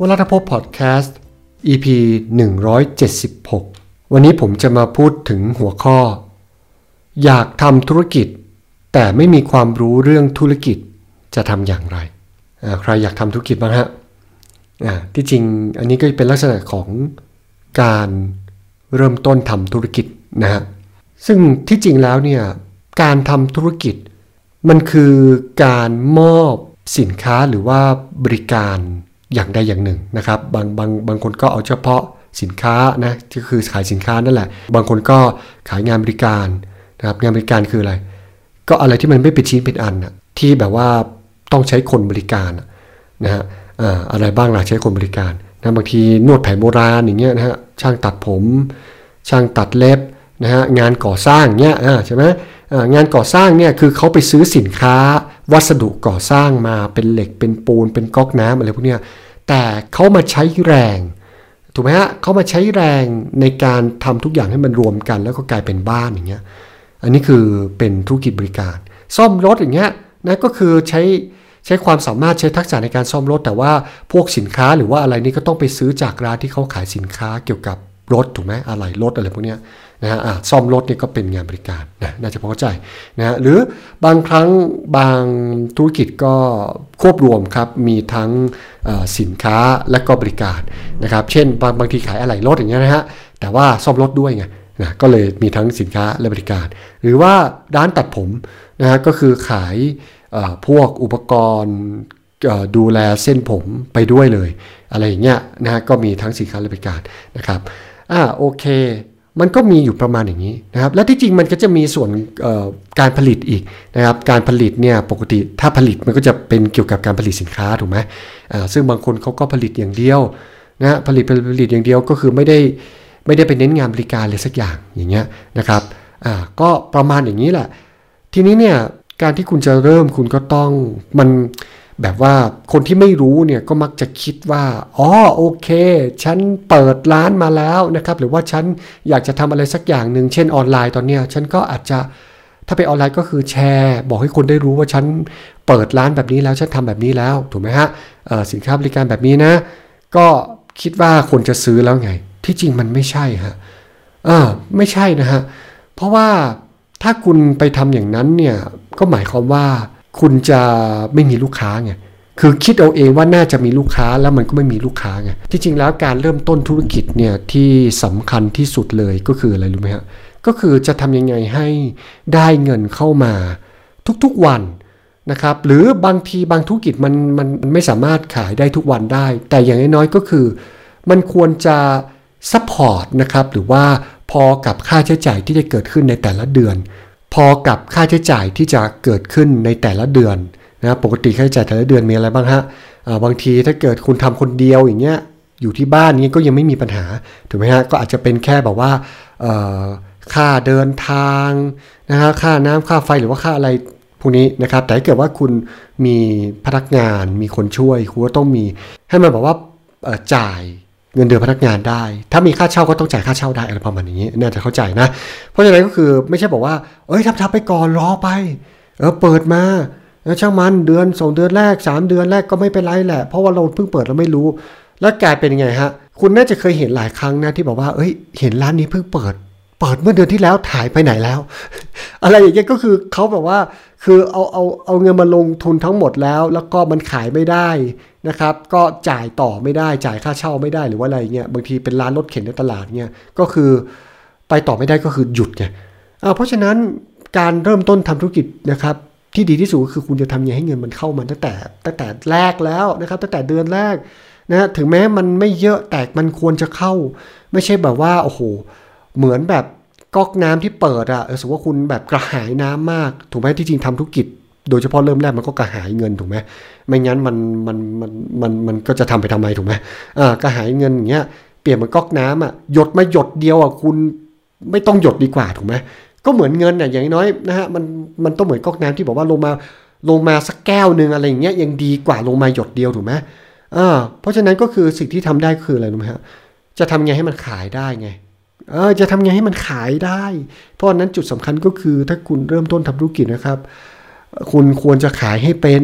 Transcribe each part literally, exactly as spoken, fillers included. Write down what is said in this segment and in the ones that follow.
วรัตภพพอดแคสต์ อี พี หนึ่งร้อยเจ็ดสิบหก วันนี้ผมจะมาพูดถึงหัวข้ออยากทำธุรกิจแต่ไม่มีความรู้เรื่องธุรกิจจะทำอย่างไรใครอยากทำธุรกิจบ้างฮะที่จริงอันนี้ก็เป็นลักษณะของการเริ่มต้นทำธุรกิจนะฮะซึ่งที่จริงแล้วเนี่ยการทำธุรกิจมันคือการมอบสินค้าหรือว่าบริการอย่างใดอย่างหนึ่งนะครับบางบางบางคนก็เอาเฉพาะสินค้านะก็คือขายสินค้านั่นแหละบางคนก็ขายงานบริการนะครับงานบริการคืออะไรก็อะไรที่มันไม่เป็นชิ้นเป็นอันนะที่แบบว่าต้องใช้คนบริการนะฮะอะไรบ้างล่ะใช้คนบริการนะบางทีนวดแผนโบราณอย่างเงี้ยนะฮะช่างตัดผมช่างตัดเล็บนะฮะงานก่อสร้างเงี้ยใช่ไหมงานก่อสร้างเนี่ยคือเขาไปซื้อสินค้าวัสดุก่อสร้างมาเป็นเหล็กเป็นปูนเป็นก๊อกน้ำอะไรพวกเนี้ยแต่เขามาใช้แรงถูกไหมฮะเขามาใช้แรงในการทำทุกอย่างให้มันรวมกันแล้วก็กลายเป็นบ้านอย่างเงี้ยอันนี้คือเป็นธุรกิจบริการซ่อมรถอย่างเงี้ยนะก็คือใช้ใช้ความสามารถใช้ทักษะในการซ่อมรถแต่ว่าพวกสินค้าหรือว่าอะไรนี่ก็ต้องไปซื้อจากร้านที่เขาขายสินค้าเกี่ยวกับรถถูกไหมอะไหล่รถอะไรพวกเนี้ยนะฮะซ่อมรถนี่ก็เป็นงานบริการนะน่าจะพอเข้าใจนะฮะหรือบางครั้งบางธุรกิจก็ควบรวมครับมีทั้งสินค้าและก็บริการนะครับเช่นบางบางทีขายอะไหล่รถอย่างเงี้ยนะฮะแต่ว่าซ่อมรถด้วยไงนะก็เลยมีทั้งสินค้าและบริการหรือว่าร้านตัดผมนะฮะก็คือขายพวกอุปกรณ์ดูแลเส้นผมไปด้วยเลยอะไรอย่างเงี้ยนะฮะก็มีทั้งสินค้าและบริการนะครับอ่าโอเคมันก็มีอยู่ประมาณอย่างนี้นะครับและที่จริงมันก็จะมีส่วนการผลิตอีกนะครับการผลิตเนี่ยปกติถ้าผลิตมันก็จะเป็นเกี่ยวกับการผลิตสินค้าถูกไหมอ่าซึ่งบางคนเขาก็ผลิตอย่างเดียวนะผลิตผลิตอย่างเดียวก็คือไม่ได้ไม่ได้ไปเน้นงานบริการเลยสักอย่างอย่างเงี้ยนะครับอ่าก็ประมาณอย่างนี้แหละทีนี้เนี่ยการที่คุณจะเริ่มคุณก็ต้องมันแบบว่าคนที่ไม่รู้เนี่ยก็มักจะคิดว่าอ๋อโอเคฉันเปิดร้านมาแล้วนะครับหรือว่าฉันอยากจะทำอะไรสักอย่างหนึ่งเช่นออนไลน์ตอนเนี้ยฉันก็อาจจะถ้าไปออนไลน์ก็คือแชร์บอกให้คนได้รู้ว่าฉันเปิดร้านแบบนี้แล้วฉันทำแบบนี้แล้วถูกไหมฮะสินค้าบริการแบบนี้นะก็คิดว่าคนจะซื้อแล้วไงที่จริงมันไม่ใช่ฮะอ่าไม่ใช่นะฮะเพราะว่าถ้าคุณไปทำอย่างนั้นเนี่ยก็หมายความว่าคุณจะไม่มีลูกค้าไงคือคิดเอาเองว่าน่าจะมีลูกค้าแล้วมันก็ไม่มีลูกค้าไงที่จริงแล้วการเริ่มต้นธุรกิจเนี่ยที่สำคัญที่สุดเลยก็คืออะไรรู้ไหมฮะก็คือจะทำยังไงให้ได้เงินเข้ามาทุกๆวันนะครับหรือบางทีบางธุรกิจมันมันไม่สามารถขายได้ทุกวันได้แต่อย่างน้อยๆก็คือมันควรจะซัพพอร์ตนะครับหรือว่าพอกับค่าใช้จ่ายที่จะเกิดขึ้นในแต่ละเดือนพอกับค่าใช้จ่ายที่จะเกิดขึ้นในแต่ละเดือนนะปกติค่าใช้จ่ายแต่ละเดือนมีอะไรบ้างฮะบางทีถ้าเกิดคุณทำคนเดียวอย่างเงี้ยอยู่ที่บ้านนี้ก็ยังไม่มีปัญหาถูกไหมฮะก็อาจจะเป็นแค่แบบว่าค่าเดินทางนะฮะค่าน้ำค่าไฟหรือว่าค่าอะไรพวกนี้นะครับแต่ถ้าเกิดว่าคุณมีพนักงานมีคนช่วยคุณก็ต้องมีให้มันแบบว่าจ่ายเงินเดือนพนักงานได้ถ้ามีค่าเช่าก็ต้องจ่ายค่าเช่าได้อะไรประมาณนี้น่าจะเข้าใจนะเพราะฉะนั้นก็คือไม่ใช่บอกว่าเอ้ยทำๆไปก่อนรอไปเออเปิดมาแล้วช่างมันเดือนสองเดือนแรกสามเดือนแรกก็ไม่เป็นไรแหละเพราะว่าเราเพิ่งเปิดเราไม่รู้แล้วกลายเป็นยังไงฮะคุณน่าจะเคยเห็นหลายครั้งนะที่บอกว่าเอ้ยเห็นร้านนี้เพิ่งเปิดเปิดเมื่อเดือนที่แล้วถ่ายไปไหนแล้ว อะไรอย่างเงี้ยก็คือเขาแบบว่าคือเอาเอาเอาเงินมาลงทุนทั้งหมดแล้วแล้วก็มันขายไม่ได้นะครับก็จ่ายต่อไม่ได้จ่ายค่าเช่าไม่ได้หรือว่าอะไรเงี้ยบางทีเป็นร้านรถเข็นในตลาดเงี้ยก็คือไปต่อไม่ได้ก็คือหยุดไงเพราะฉะนั้นการเริ่มต้นทำธุรกิจนะครับที่ดีที่สุดก็คือคุณจะทำยังไงให้เงินมันเข้ามาตั้งแต่ตั้งแต่แรกแล้วนะครับตั้งแต่เดือนแรกนะถึงแม้มันไม่เยอะแต่มันควรจะเข้าไม่ใช่แบบว่าโอ้โหเหมือนแบบก๊อกน้ำที่เปิดอะสมมติว่าคุณแบบกระหายน้ำมากถูกไหมที่จริงทำธุรกิจโดยเฉพาะเริ่มแรกมันก็กระหายเงินถูกไหมไม่งั้นมันมันมันมันมันก็จะทำไปทำไมถูกไหมอ่ากระหายเงินอย่างเงี้ยเปลี่ยนเหมือนก๊อกน้ำอะหยดมาหยดเดียวอะคุณไม่ต้องหยดดีกว่าถูกไหมก็เหมือนเงินเนี่ยอย่างน้อยนะฮะมันมันต้องเหมือนก๊อกน้ำที่บอกว่าลงมาลงมาสักแก้วนึงอะไรอย่างเงี้ยยังดีกว่าลงมาหยดเดียวถูกไหมอ่าเพราะฉะนั้นก็คือสิ่งที่ทำได้คืออะไรรู้ไหมฮะจะทำไงให้มันขายได้ไงเออจะทำไงให้มันขายได้เพราะนั้นจุดสำคัญก็คือถ้าคุณเริ่มต้นทำธุรกิจนะครับคุณควรจะขายให้เป็น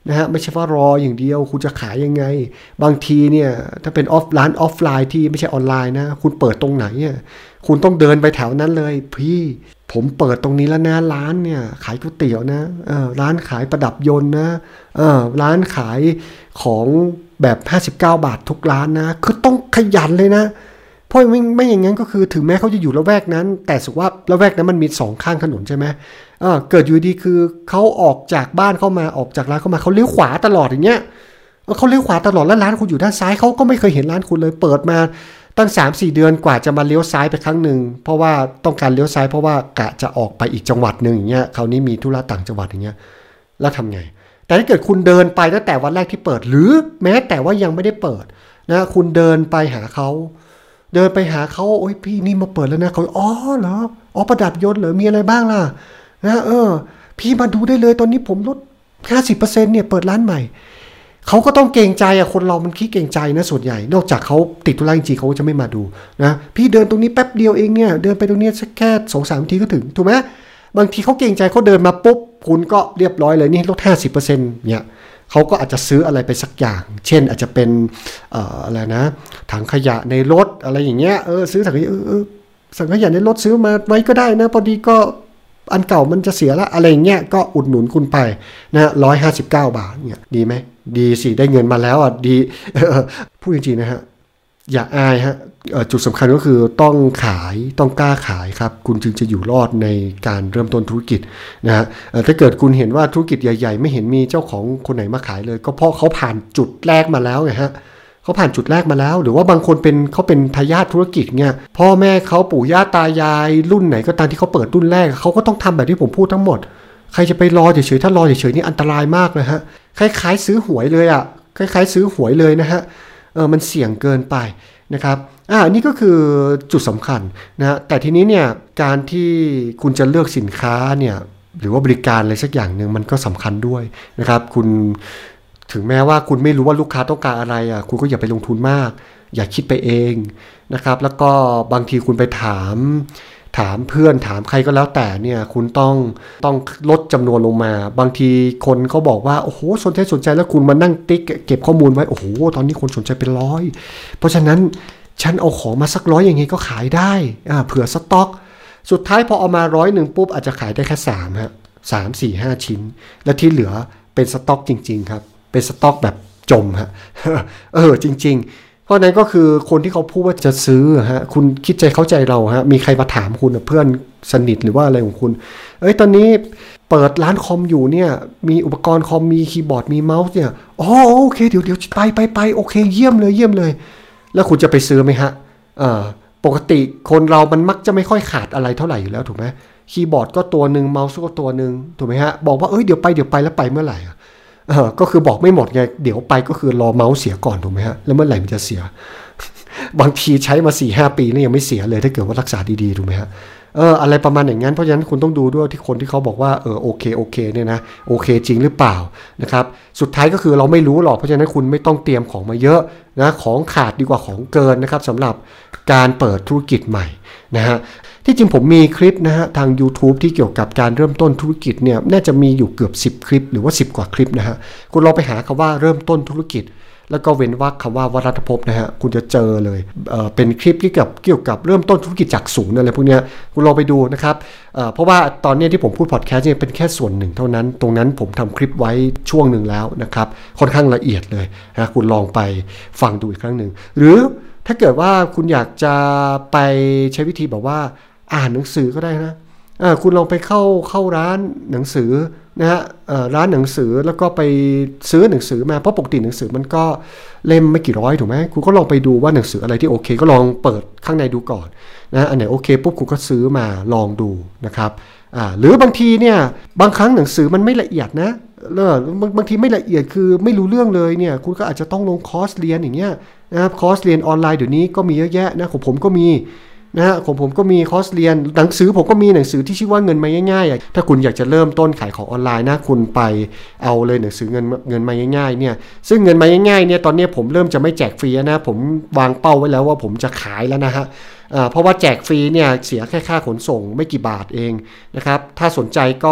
นะฮะไม่ใช่ว่ารออย่างเดียวคุณจะขายยังไงบางทีเนี่ยถ้าเป็นออฟร้านออฟไลน์ที่ไม่ใช่ออนไลน์นะคุณเปิดตรงไหนเนี่ยคุณต้องเดินไปแถวนั้นเลยพี่ผมเปิดตรงนี้แล้วนะร้านเนี่ยขายก๋วยเตี๋ยวนะเออร้านขายประดับยนต์นะเออร้านขายของแบบห้าสิบเก้าบาททุกร้านนะคือต้องขยันเลยนะเพราะไม่ไม่อย่างนั้นก็คือถึงแม้เขาจะอยู่ละแวกนั้นแต่สุว่าละแวกนั้นมันมีสองข้างถนนใช่ไหมเออเกิดอยู่ดีคือเขาออกจากบ้านเข้ามาออกจากร้านเข้ามาเขาเลี้ยวขวาตลอดอย่างเงี้ยเขาเลี้ยวขวาตลอดแล้วร้านคุณอยู่ด้านซ้ายเขาก็ไม่เคยเห็นร้านคุณเลยเปิดมาตั้ง สามถึงสี่ เดือนกว่าจะมาเลี้ยวซ้ายไปครั้งหนึ่งเพราะว่าต้องการเลี้ยวซ้ายเพราะว่ากะจะออกไปอีกจังหวัดนึงอย่างเงี้ยคราวนี้มีธุระต่างจังหวัดอย่างเงี้ยแล้วทำไงแต่ถ้าเกิดคุณเดินไปตั้งแต่วันแรกที่เปิดหรือแม้แต่ว่ายังไม่ได้เปิดนะคุณเดินไปหาเขาเดินไปหาเขาโอ้ยพี่นี่มาเปิดแล้วนะเขาอ๋อเหรออ๋อประดับยนต์เหรอมีอะไรบ้างล่ะนะเออพี่มาดูได้เลยตอนนี้ผมลด ห้าสิบเปอร์เซ็นต์ เนี่ยเปิดร้านใหม่เขาก็ต้องเกรงใจอ่ะคนเรามันขี้เกรงใจนะส่วนใหญ่นอกจากเขาติดธุระจริงๆเขาจะไม่มาดูนะพี่เดินตรงนี้แป๊บเดียวเองเนี่ยเดินไปตรงนี้สักแค่ สองถึงสาม นาทีก็ถึงถูกไหมบางทีเขาเกรงใจเขาเดินมาปุ๊บคุณก็เรียบร้อยเลยนี่ลด ห้าสิบเปอร์เซ็นต์ เนี่ยเขาก็อาจจะซื้ออะไรไปสักอย่างเช่นอาจจะเป็นเอ่ออะไรนะถังขยะในรถอะไรอย่างเงี้ยเออซื้อถังขยะเออเออถังขยะในรถซื้อมาไว้ก็ได้นะพอดีก็อันเก่ามันจะเสียละอะไรเงี้ยก็อุดหนุนคุณไปนะหนึ่งร้อยห้าสิบเก้าบาทเนี่ยดีไหมดีสิได้เงินมาแล้วอ่ะดีพูดจริงๆนะฮะอย่าอายฮะจุดสำคัญก็คือต้องขายต้องกล้าขายครับคุณจึงจะอยู่รอดในการเริ่มต้นธุรกิจนะฮะถ้าเกิดคุณเห็นว่าธุรกิจใหญ่ๆไม่เห็นมีเจ้าของคนไหนมาขายเลยก็เพราะเขาผ่านจุดแรกมาแล้วไงฮะเขาผ่านจุดแรกมาแล้วหรือว่าบางคนเป็นเขาเป็นทายาทธุรกิจเงี้ยพ่อแม่เขาปู่ย่าตายายรุ่นไหนก็ตามที่เขาเปิดรุ่นแรกเขาก็ต้องทำแบบที่ผมพูดทั้งหมดใครจะไปรอเฉยๆถ้ารอเฉยๆนี่อันตรายมากเลยฮะคล้ายๆซื้อหวยเลยอ่ะคล้ายๆซื้อหวยเลยนะฮะเออมันเสี่ยงเกินไปนะครับอ่านี่ก็คือจุดสำคัญนะแต่ทีนี้เนี่ยการที่คุณจะเลือกสินค้าเนี่ยหรือว่าบริการอะไรสักอย่างหนึ่งมันก็สำคัญด้วยนะครับคุณถึงแม้ว่าคุณไม่รู้ว่าลูกค้าต้องการอะไรอ่ะคุณก็อย่าไปลงทุนมากอย่าคิดไปเองนะครับแล้วก็บางทีคุณไปถามถามเพื่อนถามใครก็แล้วแต่เนี่ยคุณต้องต้องลดจำนวนลงมาบางทีคนเขาบอกว่าโอ้โหสนใจสนใจแล้วคุณมานั่งติ๊กเก็บข้อมูลไว้โอ้โหตอนนี้คนสนใจเป็นร้อยเพราะฉะนั้นฉันเอาของมาสักร้อยอย่างงี้ก็ขายได้อ่าเผื่อสต็อกสุดท้ายพอเอามาร้อยหนึ่งปุ๊บอาจจะขายได้แค่สามฮะสามสี่ห้าชิ้นและที่เหลือเป็นสต็อกจริงๆครับเป็นสต็อกแบบจมฮะเออจริงๆเพราะนั้นก็คือคนที่เขาพูดว่าจะซื้อฮะคุณคิดใจเข้าใจเราฮะมีใครมาถามคุณเพื่อนสนิทหรือว่าอะไรของคุณเอ้ยตอนนี้เปิดร้านคอมอยู่เนี่ยมีอุปกรณ์คอมมีคีย์บอร์ดมีเมาส์เนี่ยอ๋อโอเคเดี๋ยวเดี๋ยวไปไปไปโอเคเยี่ยมเลยเยี่ยมเลยแล้วคุณจะไปซื้อไหมฮะเออปกติคนเรามันมักจะไม่ค่อยขาดอะไรเท่าไหร่อยู่แล้วถูกไหมคีย์บอร์ดก็ตัวหนึ่งเมาส์ก็ตัวหนึ่งถูกไหมฮะบอกว่าเอ้ยเดี๋ยวไปเดี๋ยวไปแล้วไปเมื่อไหร่เออก็คือบอกไม่หมดไงเดี๋ยวไปก็คือรอเมาส์เสียก่อนถูกไหมฮะแล้วเมื่อไหร่มันจะเสีย บางทีใช้มา สี่ห้า ปีแล้วยังไม่เสียเลยถ้าเกิดว่ารักษาดีๆถูกไหมฮะเอออะไรประมาณอย่างนั้นเพราะฉะนั้นคุณต้องดูด้วยที่คนที่เขาบอกว่าเออโอเคโอเคเนี่ยนะโอเคจริงหรือเปล่านะครับสุดท้ายก็คือเราไม่รู้หรอกเพราะฉะนั้นคุณไม่ต้องเตรียมของมาเยอะนะของขาดดีกว่าของเกินนะครับสำหรับการเปิดธุรกิจใหม่นะฮะที่จริงผมมีคลิปนะฮะทาง YouTube ที่เกี่ยวกับการเริ่มต้นธุรกิจเนี่ยน่าจะมีอยู่เกือบสิบคลิปหรือว่าสิบกว่าคลิปนะฮะคุณลองไปหาคำว่าเริ่มต้นธุรกิจแล้วก็เว้นวรรคคำว่าวรัตภพนะฮะคุณจะเจอเลยเอ่อเป็นคลิปที่เกี่ยวกับเกี่ยวกับเริ่มต้นธุรกิจจากศูนย์อะไรพวกเนี้ยคุณลองไปดูนะครับเอ่อเพราะว่าตอนนี้ที่ผมพูดพอดแคสต์เนี่ยเป็นแค่ส่วนหนึ่งเท่านั้นตรงนั้นผมทำคลิปไว้ช่วงหนึ่งแล้วนะครับค่อนข้างละเอียดเลยนะคุณลองไปฟังดูอีกครั้งหนึ่งหรือถ้าเกิดว่าคุณอยากจะไปใช้วิธีแบบว่าอ่านหนังสือก็ได้นะคุณลองไปเข้าเข้าร้านหนังสือนะฮะร้านหนังสือแล้วก็ไปซื้อหนังสือมาเพราะปกติหนังสือมันก็เล่มไม่กี่ร้อยถูกไหมคุณก็ลองไปดูว่าหนังสืออะไรที่โอเคก็ลองเปิดข้างในดูก่อนนะอันไหนโอเคปุ๊บคุณก็ซื้อมาลองดูนะครับอ่าหรือบางทีเนี่ยบางครั้งหนังสือมันไม่ละเอียดนะเออบางบางทีไม่ละเอียดคือไม่รู้เรื่องเลยเนี่ยคุณก็อาจจะต้องลงคอร์สเรียนอย่างเงี้ยนะครับคอร์สเรียนออนไลน์เดี๋ยวนี้ก็มีเยอะแยะนะของผมก็มีนะฮะของผมก็มีคอร์สเรียนหนังสือผมก็มีหนังสือที่ชื่อว่าเงินมาง่ายๆถ้าคุณอยากจะเริ่มต้นขายของออนไลน์นะคุณไปเอาเลยหนังสือเงินเงินมาง่ายๆเนี่ยซึ่งเงินมาง่ายๆเนี่ยตอนนี้ผมเริ่มจะไม่แจกฟรีนะผมวางเป้าไว้แล้วว่าผมจะขายแล้วนะฮะเพราะว่าแจกฟรีเนี่ยเสียแค่ค่าขนส่งไม่กี่บาทเองนะครับถ้าสนใจก็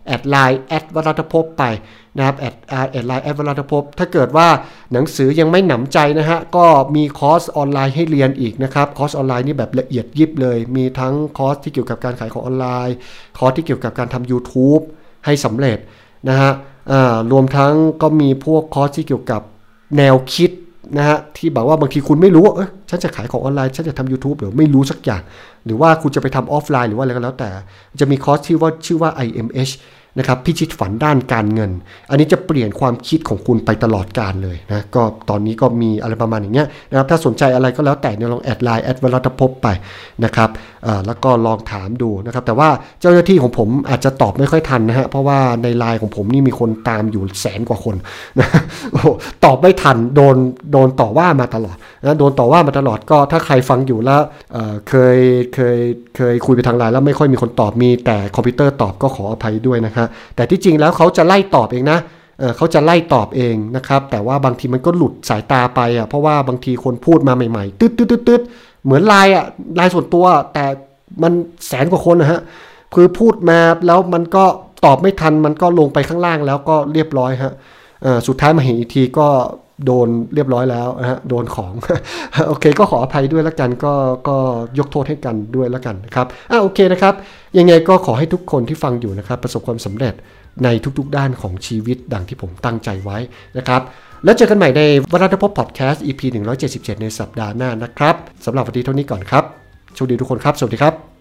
แอดไลน์แอดวรัตภพไปนะครับแอดแอดไลน์แอดวรัตภพถ้าเกิดว่าหนังสือยังไม่หนำใจนะฮะก็มีคอร์สออนไลน์ให้เรียนอีกนะครับคอร์สออนไลน์นี่แบบละเอียดยิบเลยมีทั้งคอร์สที่เกี่ยวกับการขายของออนไลน์คอร์สที่เกี่ยวกับการทำ YouTube ให้สำเร็จนะฮะรวมทั้งก็มีพวกคอร์สที่เกี่ยวกับแนวคิดนะฮะที่บอกว่าบางทีคุณไม่รู้ว่าเออฉันจะขายของออนไลน์ฉันจะทำ YouTube หรือไม่รู้สักอย่างหรือว่าคุณจะไปทำออฟไลน์หรือว่าอะไรก็แล้วแต่จะมีคอร์สที่ว่าชื่อว่า ไอ เอ็ม เอช นะครับพิชิตฝันด้านการเงินอันนี้จะเปลี่ยนความคิดของคุณไปตลอดกาลเลยนะก็ตอนนี้ก็มีอะไรประมาณอย่างเงี้ยนะครับถ้าสนใจอะไรก็แล้วแต่เนี่ยลองแอดไลน์แอดวรัตภพไปนะครับแล้วก็ลองถามดูนะครับแต่ว่าเจ้าหน้าที่ของผมอาจจะตอบไม่ค่อยทันนะฮะเพราะว่าในไลน์ของผมนี่มีคนตามอยู่แสนกว่าคนนะตอบไม่ทันโดนโดนต่อว่ามาตลอดนะโดนต่อว่ามาตลอดก็ถ้าใครฟังอยู่แล้วเอ่อเคยเคยเคยคุยไปทางไลน์แล้วไม่ค่อยมีคนตอบมีแต่คอมพิวเตอร์ตอบก็ขออภัยด้วยนะฮะแต่ที่จริงแล้วเขาจะไล่ตอบเองนะ เ, เขาจะไล่ตอบเองนะครับแต่ว่าบางทีมันก็หลุดสายตาไปอ่ะเพราะว่าบางทีคนพูดมาใหม่ๆตึ๊ดตึ๊ดตึ๊ดตึ๊ดเหมือนไลน์อ่ะไลน์ส่วนตัวแต่มันแสนกว่าคนนะฮะคือพูดมาแล้วมันก็ตอบไม่ทันมันก็ลงไปข้างล่างแล้วก็เรียบร้อยฮะสุดท้ายมาเห็นอีกทีก็โดนเรียบร้อยแล้วนะฮะโดนของ โอเคก็ขออภัยด้วยแล้วกันก็ก็ยกโทษให้กันด้วยแล้วกันนะครับอ่ะโอเคนะครับยังไงก็ขอให้ทุกคนที่ฟังอยู่นะครับประสบความสำเร็จในทุกๆด้านของชีวิตดังที่ผมตั้งใจไว้นะครับแล้วเจอกันใหม่ในวรัตภพพอดแคสต์ อี พี หนึ่งร้อยเจ็ดสิบเจ็ดในสัปดาห์หน้านะครับสำหรับวันนี้เท่านี้ก่อนครับโชคดีทุกคนครับสวัสดีครับ